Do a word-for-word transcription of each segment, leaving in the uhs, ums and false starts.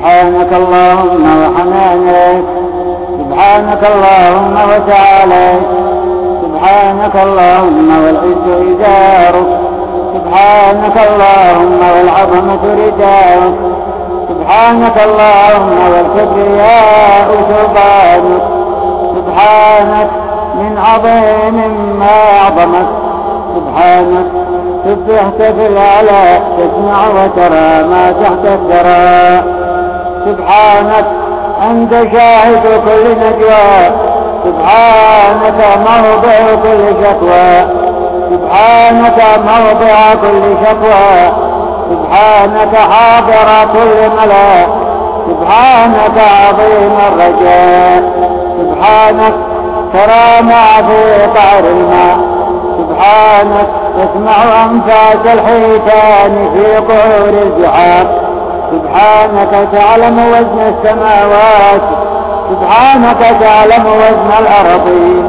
سبحانك اللهم وحنانك، سبحانك اللهم وتعاليك، سبحانك اللهم والعز إزارك، سبحانك اللهم والعظمة رداءك، سبحانك اللهم والكبرياء سلطانك، سبحانك من عظيم ما أعظمك، سبحانك سبحت في العلاء تسمع وترى ما تحت الثرى، سبحانك أنت شاهد كل نجوى، سبحانك موضع كل شكوى، سبحانك موضع كل شكوى، سبحانك حاضر كل ملا، سبحانك عظيم الرجاء، سبحانك ترى ما في قعر الماء، سبحانك تسمع أنفاس الحيتان في قعور الجحار، سبحانك تعلم وزن السماوات، سبحانك تعلم وزن الأرضين،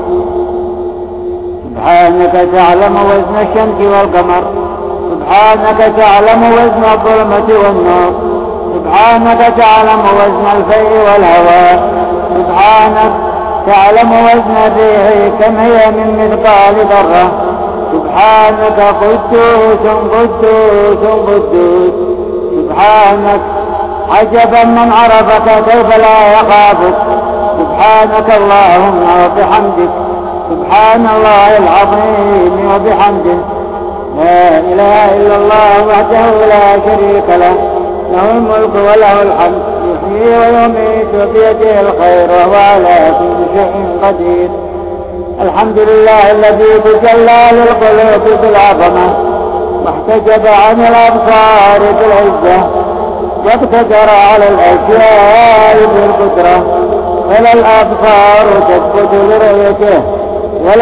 سبحانك تعلم وزن الشمس والقمر، سبحانك تعلم وزن الظلمة والنور، سبحانك تعلم وزن الفيء والهواء، سبحانك تعلم وزن الريح كم هي من مثقال ذرة، سبحانك قدوس قدوس قدوس، سبحانك عجبا من عرفك كيف لا يخافك، سبحانك اللهم وبحمدك، سبحان الله العظيم وبحمده، لا إله إلا الله وحده لا شريك له، له الملك وله الحمد، يحيي ويميت وبيده الخير وهو على كل شيء قدير. الحمد لله الذي تجلى للقلوب بالعظمة واحتجب عن الأبصار بالعزة، واقتدر على الأشياء بالقدرة، ولا الأبصار تثبت لرؤيته ولا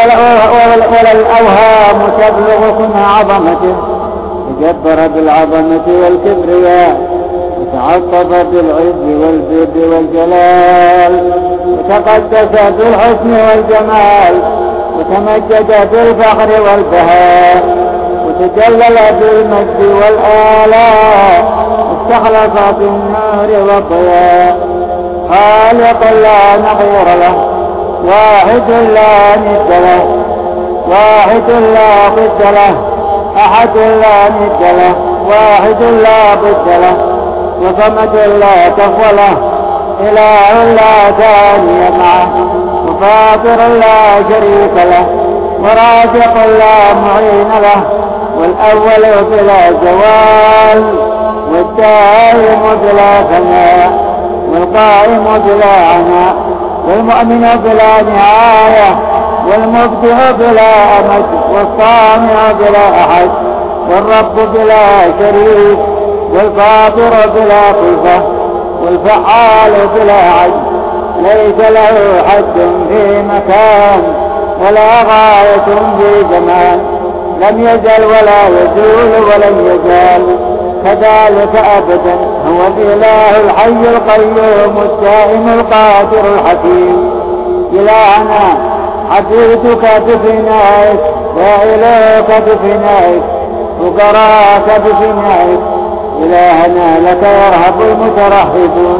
الأوهام تبلغ كنه عظمته، تجبر بالعظمة والكبرياء، وتعطف بالعز والبر والجلال، وتقدس بالحسن والجمال، وتمجد بالفخر والبهاء، وتجلل بالمجد والآلاء، استخلص بالنور والضياء، خالق لا نظير له، واحد لا ند له، واحد لا ضد له، أحد لا ند له، واحد لا ضد له، وصمد لا كف له، إله لا ثاني معه، وفاطر لا شريك له، ورازق لا معين له، والأول بلا زوال، والدائم بلا فناء، والقائم بلا عناء، والمؤمن بلا نهاية، والمبدع بلا أمد، والصانع بلا أحد، والرب بلا شريك، والفاطر بلا صفة، والفعال بلا عد، ليس له حد في مكان ولا غاية في زمان، لم يزل ولا يزول ولن يزال كذلك أبدا، هو الإله الحي القيوم الدائم القادر الحكيم. إلهنا عبيدك بفنائك، وإليك بفنائك، فقراك بفنائك، إلهنا لك يرهب المترهبون،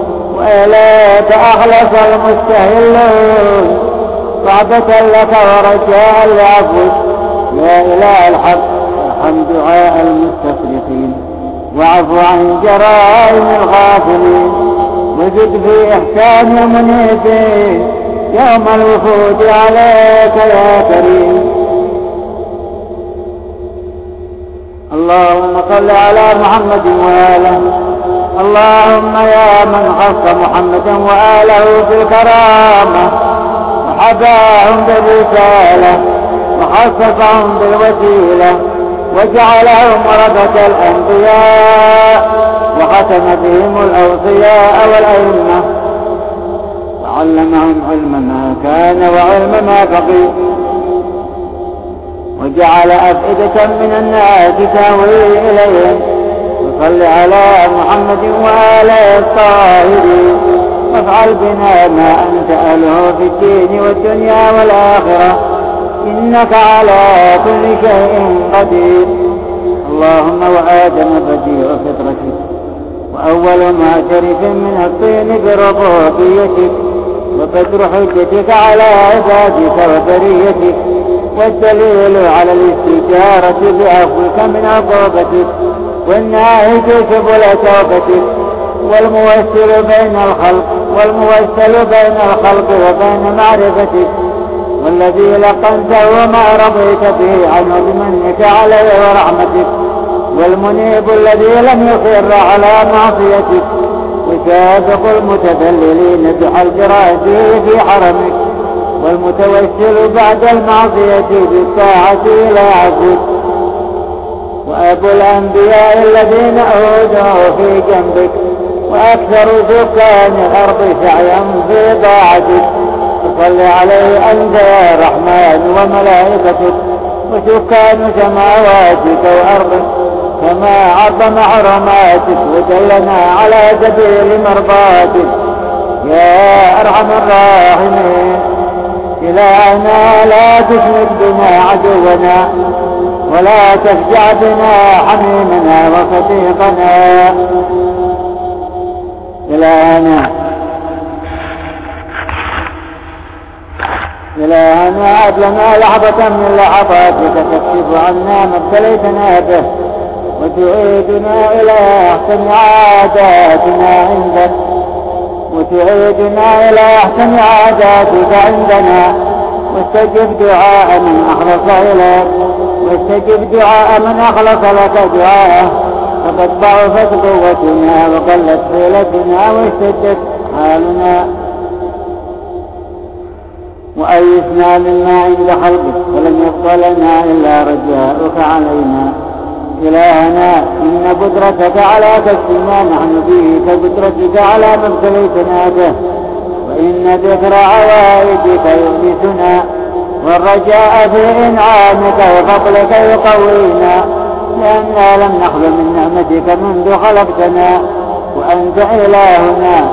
وإليك أخلص المستهلون، صعبة لك ورجاء لعفوك، يا إله الحق ارحم دعاء المستفرقين، واعف عن جرائم الغافلين، وزد في إحسان المنيبين يوم الوفود عليك يا كريم. اللهم صل على محمد وآله، اللهم يا من خص محمدا وآله بالكرامة، وحباهم بالرسالة، وخصصهم بالوسيلة، وجعلهم ورثة الأنبياء، وختم بهم الأوصياء والأئمة، وعلمهم علم ما كان وعلم ما بقي، وجعل أفئدة من الناس تهوي إليهم. وصل على محمد وآله الطاهرين، وافعل بنا ما أنت أهله في الدين والدنيا والآخرة، إنك على كل شيء قدير. اللهم وآدم بديع فطرتك، وأول ما شرف من الطين بربوبيتك، وبدر حجتك على عبادك وبريتك، والدليل على الاستجارة بعفوك من عقوبتك، والناهج سبل توبتك، والموسل بين الخلق والموسل بين الخلق وبين معرفتك، والذي لقنته ما رضيت به عنه بمنك عليه ورحمتك، والمنيب الذي لم يصر على معصيتك، وسابق المتذللين بحل جرائته في حرمك، والمتوسل بعد المعصية بالطاعة إلى عفوك، وأبو الأنبياء الذين أودعوا في جنبك، وأكثر سكان الأرض سعيا في طاعتك، وصل عليه أنت يا رحمن وملائكتك وسكان سماواتك وأرضك، كما عظم حرماتك ودلنا على سبيل مرضاتك يا أرحم الراحمين. إلهنا لا تشمت بنا عدونا، ولا تفجع بنا حميمنا وصديقنا. إلهنا إلهنا هب لنا لحظة من لحظاتك تكشف عنا ما ابتليتنا به، وتعيدنا إلى أحسن عاداتنا عندك وتعيدنا إلى أحسن عاداتك عندنا، واستجب دعاء من أخلص إليك واستجب دعاء من أخلص لك دعاءه، فقد ضعفت قوتنا وقلت حيلتنا واشتدت حالنا، وأيسنا مما عند خلقك، ولم يبق لنا إلا رجاؤك علينا. إلهنا إن قدرتك على كشف ما نحن به كقدرتك على ما ابتليتنا به، وإن ذكر عوائدك يؤنسنا، والرجاء في إنعامك وفضلك يقوينا، لأننا لم نخل من نعمتك منذ خلقتنا، وأنت إلهنا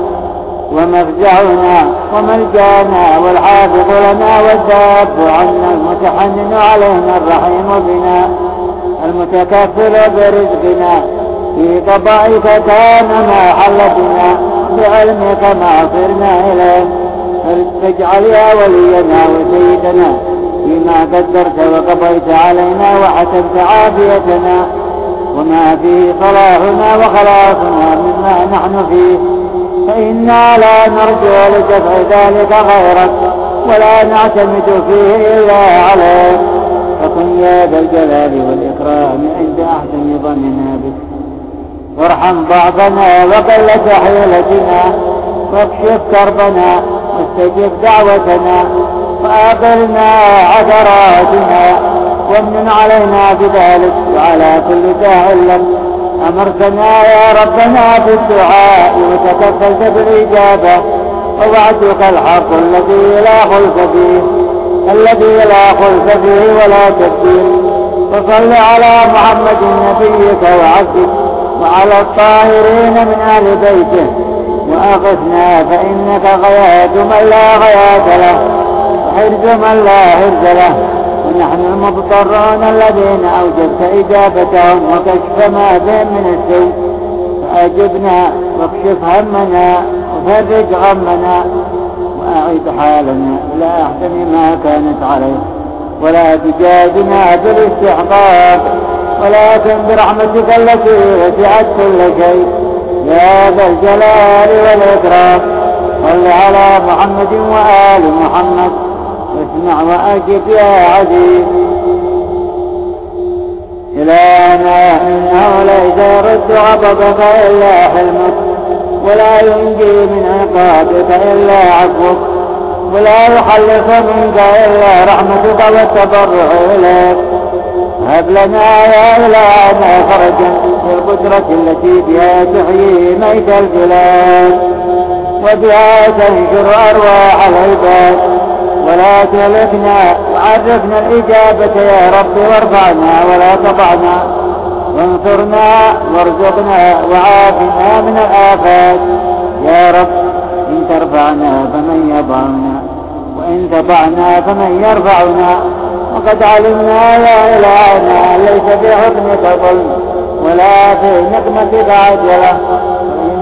ومفزعنا وملجانا والحافظ لنا والذاب عنا، المتحنن علينا الرحيم بنا، المتكفل برزقنا، في قضائك كان ما حل بنا، بعلمك ما صرنا إليه، فاجعل يا ولينا وسيدنا فيما قدرت وقضيت علينا وحسبت عافيتنا، وما فيه صلاحنا وخلاصنا مما نحن فيه، فإنا لا نرجو لدفع ذلك غيرك، ولا نعتمد فيه إلا عليك، فكن يا ذا الجلال والإكرام عند أحسن ظننا بك، وارحم ضعفنا وقلة حيلتنا، واكشف كربنا واستجب دعوتنا، وآقلنا عثراتنا، وامن علينا بذلك وعلى كل داع لك. أمرتنا يا ربنا بالدعاء وتكفلت بالإجابة، ووعدك الحق الذي لا خلف فيه الذي لا خلف فيه ولا تبديل. وصل على محمد نبيك وعبدك وعلى الطاهرين من أهل بيته، وأغثنا فإنك غياث من لا غياث له، وحرز من لا حرز له، ونحن المضطرون الذين أوجبت إجابتهم وكشف ما بهم من السوء، فأجبنا واكشف همنا وفرج غمنا، وأعد حالنا إلى أحسن ما كانت عليه، ولا تجازنا بالاستحقاق، ولكن برحمتك التي وسعت كل شيء يا ذا الجلال والإكرام. صل على محمد وآل محمد، واسمع وأجب يا عزيز. إلهنا إنه ليس يرد غضبك إلا حلمك، ولا ينجي من عقابك إلا عفوك، ولا يخلص منك إلا رحمتك والتضرع إليك. هب لنا يا إلهنا فرجا بالقدرة التي بها تحيي ميت البلاد، وبها تنشر أرواح العباد، ولا تهلكنا، وعرفنا الإجابة يا رب، وارفعنا ولا تضعنا، وانصرنا وارزقنا وعافنا من الآفات يا رب. إن ترفعنا فمن يضعنا، وإن تضعنا فمن يرفعنا، وقد علمنا يا إلهنا ليس بحكمك ظلم، ولا في نقمتك عجلة،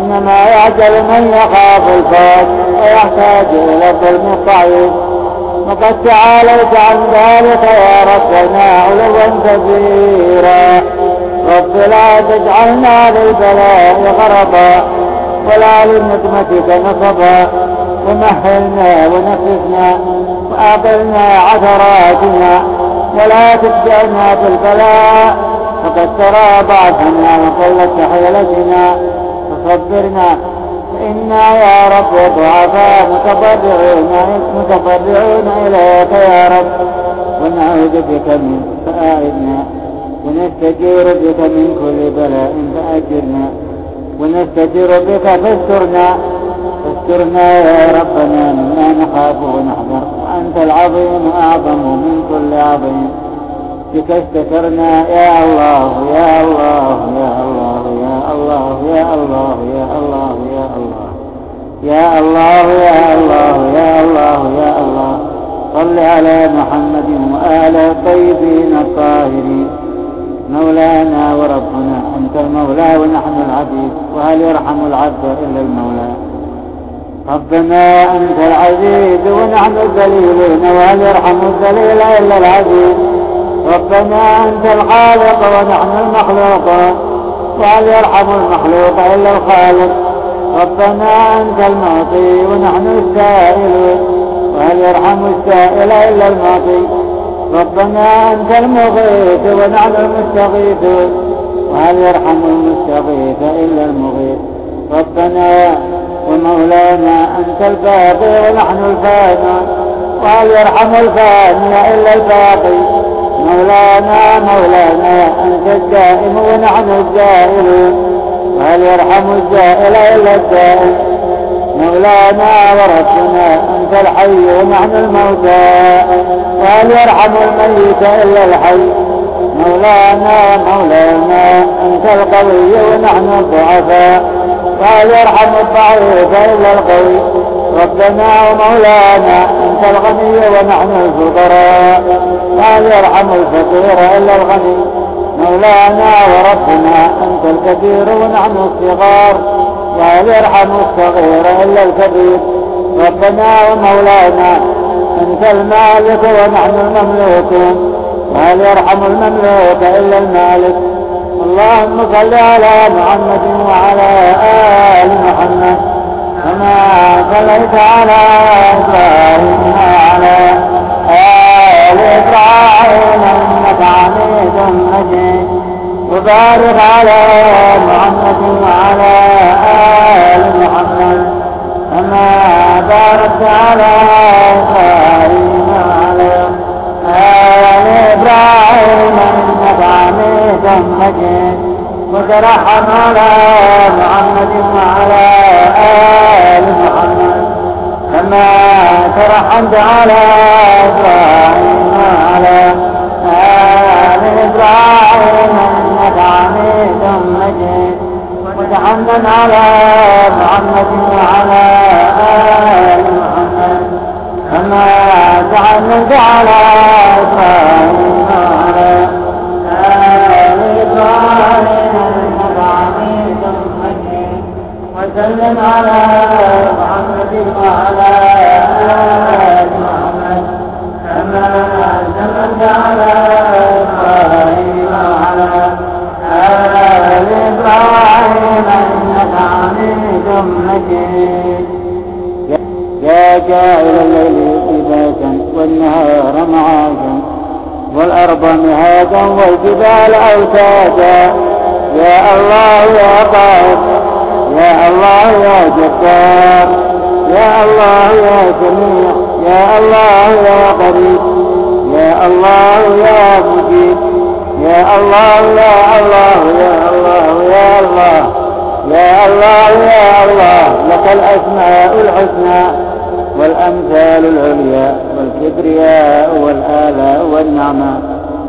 إنما يعجل من يخاف الفوت ويحتاج إلى الظلم الضعيف. وقد تعاليت عن ذلك يا ربنا علوا كبيرا. رب لا تجعلنا للبلاء غرضا ولا لنقمتك نصبا، ومهلنا ونفسنا وأقلنا عثراتنا ولا تتبعنا في البلاء، فقد ترى ضعفنا وقلت حيلتنا، فصبرنا فإنا يا رب ضعفاء متضرعون متضرعون إليك يا رب، ونعوذ بك منك فأعذنا، ونستجير بك من كل بلاء فأجرنا، ونستجير بك فاسترنا فاسترنا يا ربنا مما نخاف ونحذر، وأنت العظيم أعظم من كل عظيم. بك استترنا يا الله يا الله يا الله يا الله يا الله يا الله يا الله يا الله يا الله يا الله يا الله. صل على محمد وآله الطيبين الطاهرين. مولانا وربنا أنت المولى ونحن العبيد، وهل يرحم العبد إلا المولى. ربنا أنت العزيز ونحن الذليلين، وهل يرحم الذليل إلا العزيز. ربنا أنت الخالق ونحن المخلوق، وهل يرحم المخلوق إلا الخالق. ربنا أنت المعطي ونحن السائلون، وهل يرحم السائل إلا المعطي. ربنا أنت المغيث ونحن المستغيثون، وهل يرحم المستغيث إلا المغيث. ربنا ومولانا أنت الباقي ونحن الفاني، وهل يرحم الفاني إلا الباقي. مولانا مولانا أنت الدائم ونحن الزائلون، وهل يرحم الزائل إلا الدائم. مولانا وربنا أنت الحي ونحن الموتى، وهل يرحم الميت إلا الحي. مولانا مولانا أنت القوي ونحن الضعفاء، وهل يرحم الضعيف إلا القوي. ربنا ومولانا أنت الغني ونحن الفقراء، وهل يرحم الفقير إلا الغني. مولانا وربنا أنت الكبير ونحن الصغار، وهل يرحم الصغير إلا الكبير. ربنا ومولانا أنت المالك ونحن المملوكون، وهل يرحم المملوك إلا المالك. اللهم صل على محمد وعلى آل محمد كما صليت على إبراهيم وعلى آل إبراهيم إنك حميد مجيد. وبارك على محمد وعلى آل محمد كما باركت على إبراهيم وعلى آل إبراهيم إنك حميد مجيد. وترحم على محمد وعلى آل محمد كما ترحمت على إبراهيم وعلى آل إبراهيم إنك حميد مجيد. وتحنن على محمد وعلى آل محمد كما تحننت على إبراهيم وعلى آل إبراهيم إنك حميد مجيد. وسلم على محمد وعلى آل محمد كما سلمت على إبراهيم وعلى آل إبراهيم إنك حميد مجيد. يا جاعل الليل لباسا والنهار معاشا والأرض مهادا والجبال أوتادا. يا الله يا قائد، يا الله يا جبار، يا الله يا سميع، يا الله يا قريب، يا الله يا مجيب، يا الله يا الله يا الله يا الله يا الله يا الله. لك الأسماء الحسنى والأمثال العليا والكبرياء والآلاء والنعماء.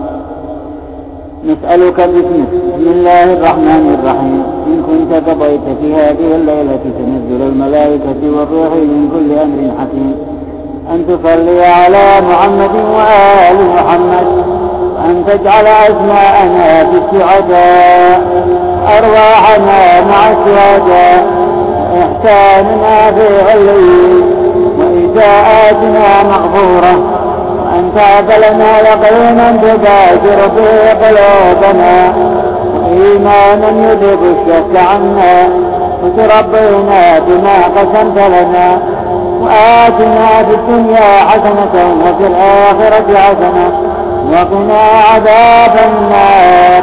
نسألك باسمك بسم الله الرحمن الرحيم. إن كنت قضيت في هذه الليلة تنزل الملائكة والروح من كل أمر حكيم أن تصلي على محمد وآل محمد، أن تجعل أسماءنا في السعداء، أرواحنا مع الشهداء، وإحساننا في عليين وإساءاتنا مغفورة وأنت لنا يقينا تباشر في قلوبنا وإيمانا يذهب الشك عنا وتربينا بما قسمت لنا وآتنا في الدنيا حسنة وفي الآخرة حسنة وقنا عذاب النار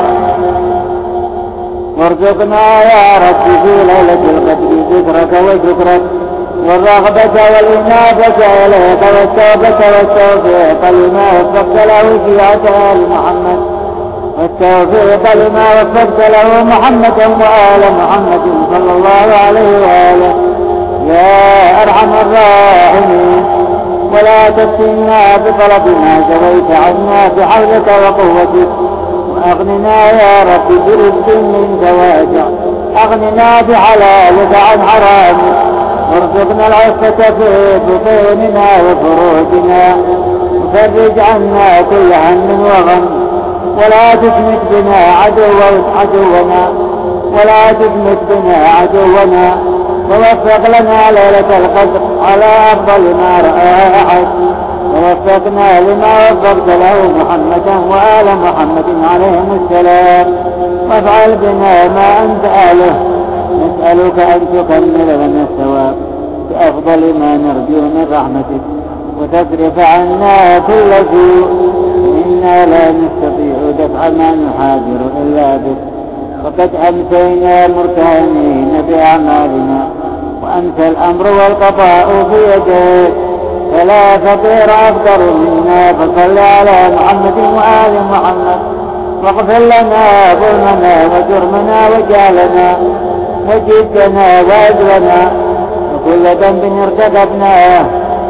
وارزقنا يا رب في ليلة القدر ذكرك وشكرك والرغبة والإنابة إليك والتوبة والتوفيق لما وفقت له شيعة آل محمد والتوفيق لما وفقت له محمد وآل محمد صلى الله عليه وآله يا أرحم الراحمين ولا تفتنا بطلب ما سويت عنا بحولك وقوتك وأغننا يا رب برزق منك واسع أغننا بحلالك عن حرامك وارزقنا العفة في بطوننا وفروجنا وفرج عنا كل هم وغم ولا تشمت بنا عدو عدونا ولا تشمت بنا عدونا ووفق لنا ليلة القدر على أفضل ما رأى أحد ووفقنا لما وفقت له محمدا وآل محمد عليهم السلام وافعل بنا ما أنت أهله نسألك أن تكمل لنا الثواب بأفضل ما نرجو من رحمتك وتصرف عنا كل سوء إنا لا نستطيع دفع ما نحاذر إلا بك وقد أمسينا مرتهنين بأعمالنا وأنت الأمر والقضاء في يديك فلا فقير أفضل منا فصل على محمد وآل محمد واغفر لنا ظلمنا وجرمنا وجهلنا وجدنا وأجلنا وكل ذنب ارتكبناه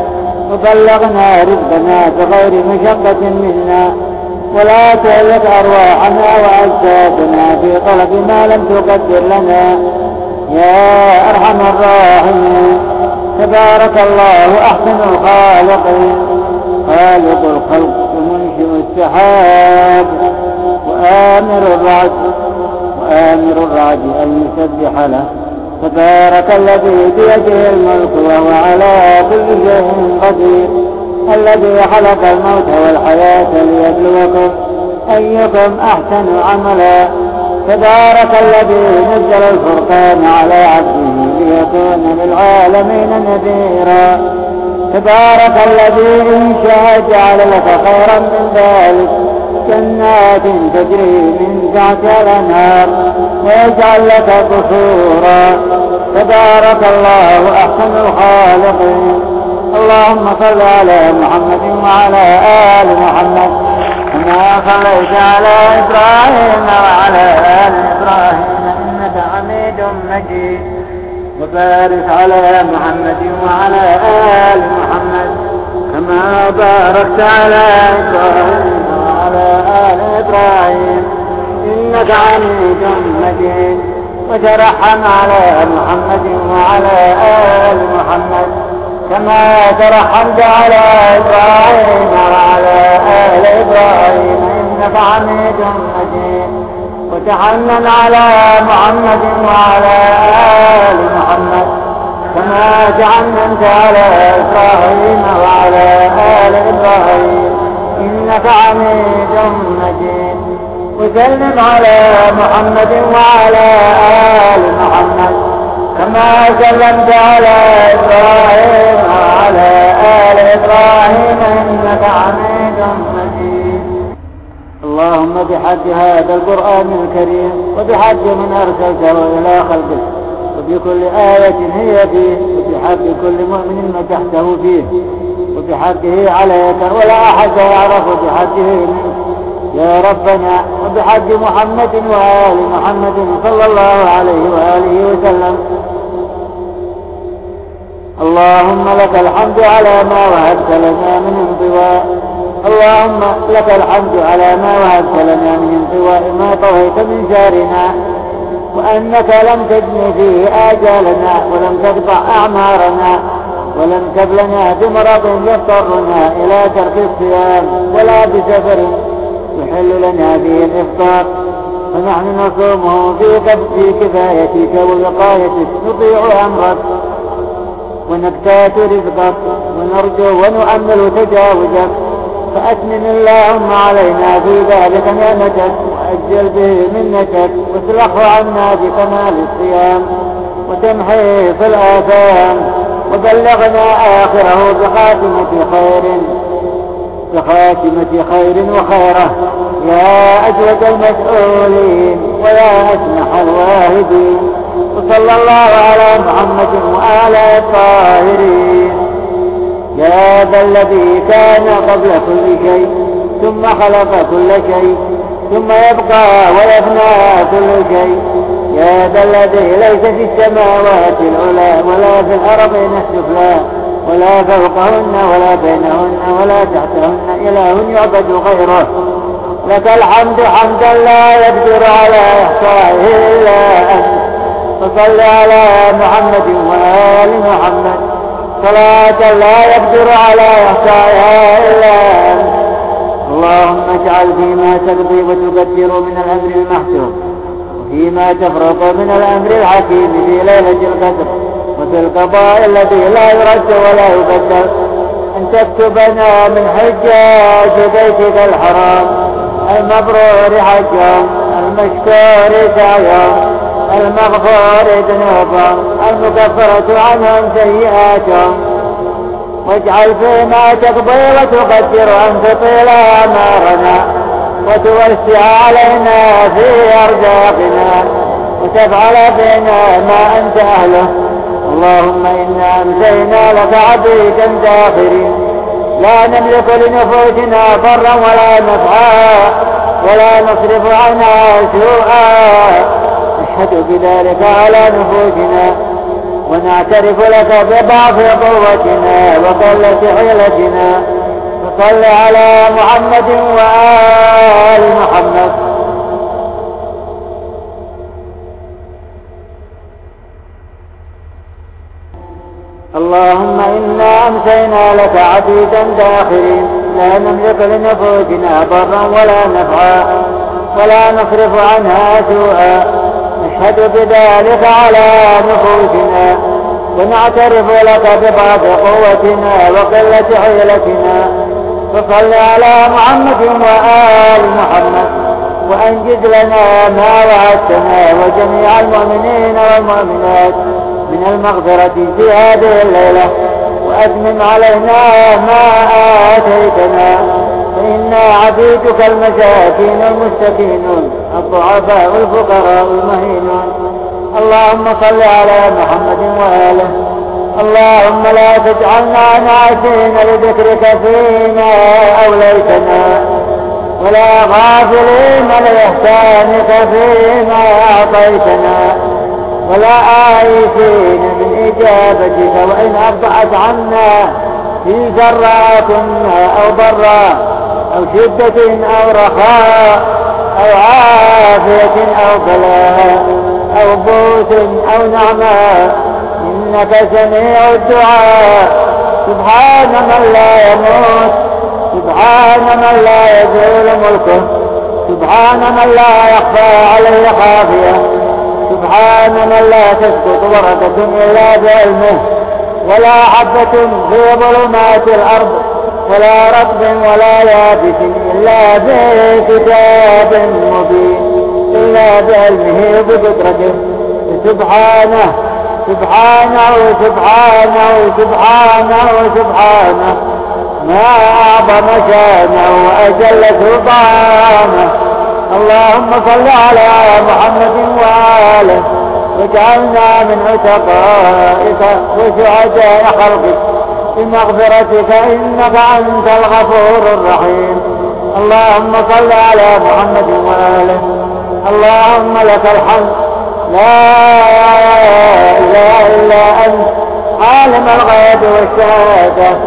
وبلغنا رزقنا بغير مشقة منا ولا تهلك أرواحنا وأجسادنا في طلب ما لم تقدر لنا يا أرحم الراحمين تبارك الله أحسن الخالقين خالق الخلق ومنشئ السحاب وآمر الرعد وآمر الرعد أن يسبح له تبارك الذي بيده الملك وهو على كل شيء قدير الذي خلق الموت والحياة ليبلوكم أيكم أحسن عملا تبارك الذي نزل الفرقان على عبده ليكون للعالمين نذيرا تبارك الذي إن شاء جعل لك خيرا من ذلك جنات تجري من تحتها الأنهار ويجعل لك قصورا تبارك الله أحسن الخالقين اللهم صل على محمد وعلى آل محمد كما صليت على إبراهيم وعلى آل إبراهيم إنك حميد مجيد وبارك على محمد وعلى آل محمد كما باركت على إبراهيم وعلى آل إبراهيم إنك حميد مجيد وترحم على محمد وعلى آل محمد كما ترحمت على إبراهيم وعلى آل إبراهيم إنك حميد مجيد وتحنن على محمد وعلى آل محمد كما تحننت على إبراهيم وعلى آل إبراهيم إنك حميد مجيد وسلم على محمد وعلى آل محمد كما سلمت على إبراهيم وعلى آل إبراهيم إنك حميد مجيد اللهم بحق هذا القرآن الكريم وبحق من أرسلته إلى خلقك وبكل آية هي فيه وبحق كل مؤمن مدحته فيه وبحقه عليك ولا أحد يعرف بحقه منك يا ربنا وبحق محمد وآل محمد صلى الله عليه وآله وسلم اللهم لك الحمد على ما وهبت لنا من انطواء اللهم لك الحمد على ما وهبت لنا من انطواء ما طويت من شارنا وأنك لم تجن فيه آجالنا ولم تقطع أعمارنا ولم تبلنا بمرض يضطرنا إلى ترك الصيام ولا بسفر يحل لنا به الإفطار فنحن نصومه في في كفايتك ووقايتك، نطيع أمرك ونكتات رزقك، ونرجو ونؤمل تجاوزك، فأتمم اللهم علينا في ذلك نعمتك، وأجل به منتك، واصلحه عنا بكمال الصيام وتمحيص الآثام، وبلغنا آخره بخاتمة خير بخاتمة خير وخيره يا أجود المسؤولين ويا أسمح الواهدين. وصلى الله على محمد وآله الطاهرين. يا ذا الذي كان قبل كل شيء ثم خلق كل شيء ثم يبقى ويفنى كل شيء. يا ذا الذي ليس في السماوات العلى ولا في الأرضين السفلى ولا فوقهن ولا بينهن ولا تحتهن إله يعبد غيره. لك الحمد حمدا لا يقدر على إحصائه إلا أنت. فصل على محمد وآل محمد صلاة لا يقدر على إحصائها إلا أنت. اللهم اجعل فيما تقضي وتقدر من الأمر المحسوب، وفيما تفرق من الأمر الحكيم في ليلة القدر، وفي القضاء الذي لا يرد ولا يبدل، أن تكتبنا من حجاج بيتك الحرام المبرور حجهم، المشكور سعيهم، المغفور ذنوبهم، المكفرة عنهم سيئاتهم. واجعل فيما تقضي وتقدر أن تطيل أعمارنا وتوسع علينا في أرزاقنا وتفعل فينا ما أنت أهله. اللهم إنا أمسينا لك عبيدا داخرين لا نملك لنفوسنا ضرا ولا نفعا ولا نصرف عنها سوءا، نشهد بذلك على نفوسنا ونعترف لك بضعف قوتنا وقلة حيلتنا. فصل على محمد وآل محمد. اللهم إنا أمسينا لك عبيدا داخرين لا نملك لنفوسنا ضرا ولا نفعا ولا نصرف عنها سوءا، نشهد بذلك على نفوسنا ونعترف لك بضعف قوتنا وقلة حيلتنا. فصل على محمد وآل محمد وأنجز لنا ما وعدتنا وجميع المؤمنين والمؤمنات من المغفرة في هذه الليلة، وأتمم علينا ما آتيتنا، فإنا عبيدك المساكين المستكينون الضعفاء الفقراء المهينون. اللهم صل على محمد وآله. اللهم لا تجعلنا ناسين لذكرك فيما أوليتنا ولا غافلين لإحسانك فيما أعطيتنا ولا آيسين من إجابتك وإن أبطأت عنا في سراء أو ضراء أو شدة أو رخاء أو عافية أو بلاء أو بوس أو نعماء، إنك سميع الدعاء. سبحان من لا يموت، سبحان من لا يزول ملكه، سبحان من لا يخفى عليه خافية، سبحان من لا تسقط ورقة إلا بعلمه ولا حبة في ظلمات الأرض ولا رطب ولا يابس إلا في كتاب مبين إلا بعلمه وبقدرته. سبحانه سبحانه سبحانه سبحانه سبحانه ما أعظم شانه وأجل سلطانه. اللهم صل على محمد وآله واجعلنا من عتقائك وسعداء خلقك بمغفرتك إنك أنت الغفور الرحيم. اللهم صل على محمد وآله. اللهم لك الحمد لا إله إلا أنت عالم الغيب والشهادة.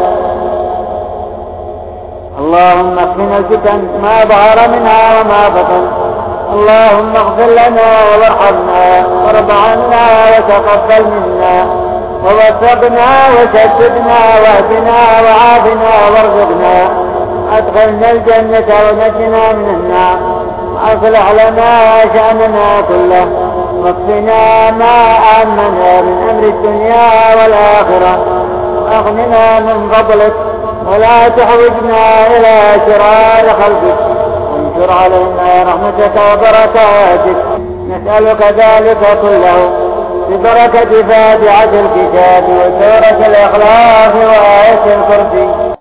اللهم اكفنا الفتن ما ظهر منها وما بطن. اللهم اغفر لنا وارحمنا وارض عنا وتقبل منا ووفقنا وسددنا واهدنا وعافنا وارزقنا. ادخلنا الجنة ونجنا من النار. أصلح لنا شأننا كله واكفنا ما أهمنا من أمر الدنيا والآخرة وأغننا من فضلك ولا تحوجنا إلى شرار خلقك وانشر علينا رحمتك وبركاتك نسألك ذلك كله ببركة فاتحة الكتاب وسورة الإخلاص وآية الكرسي.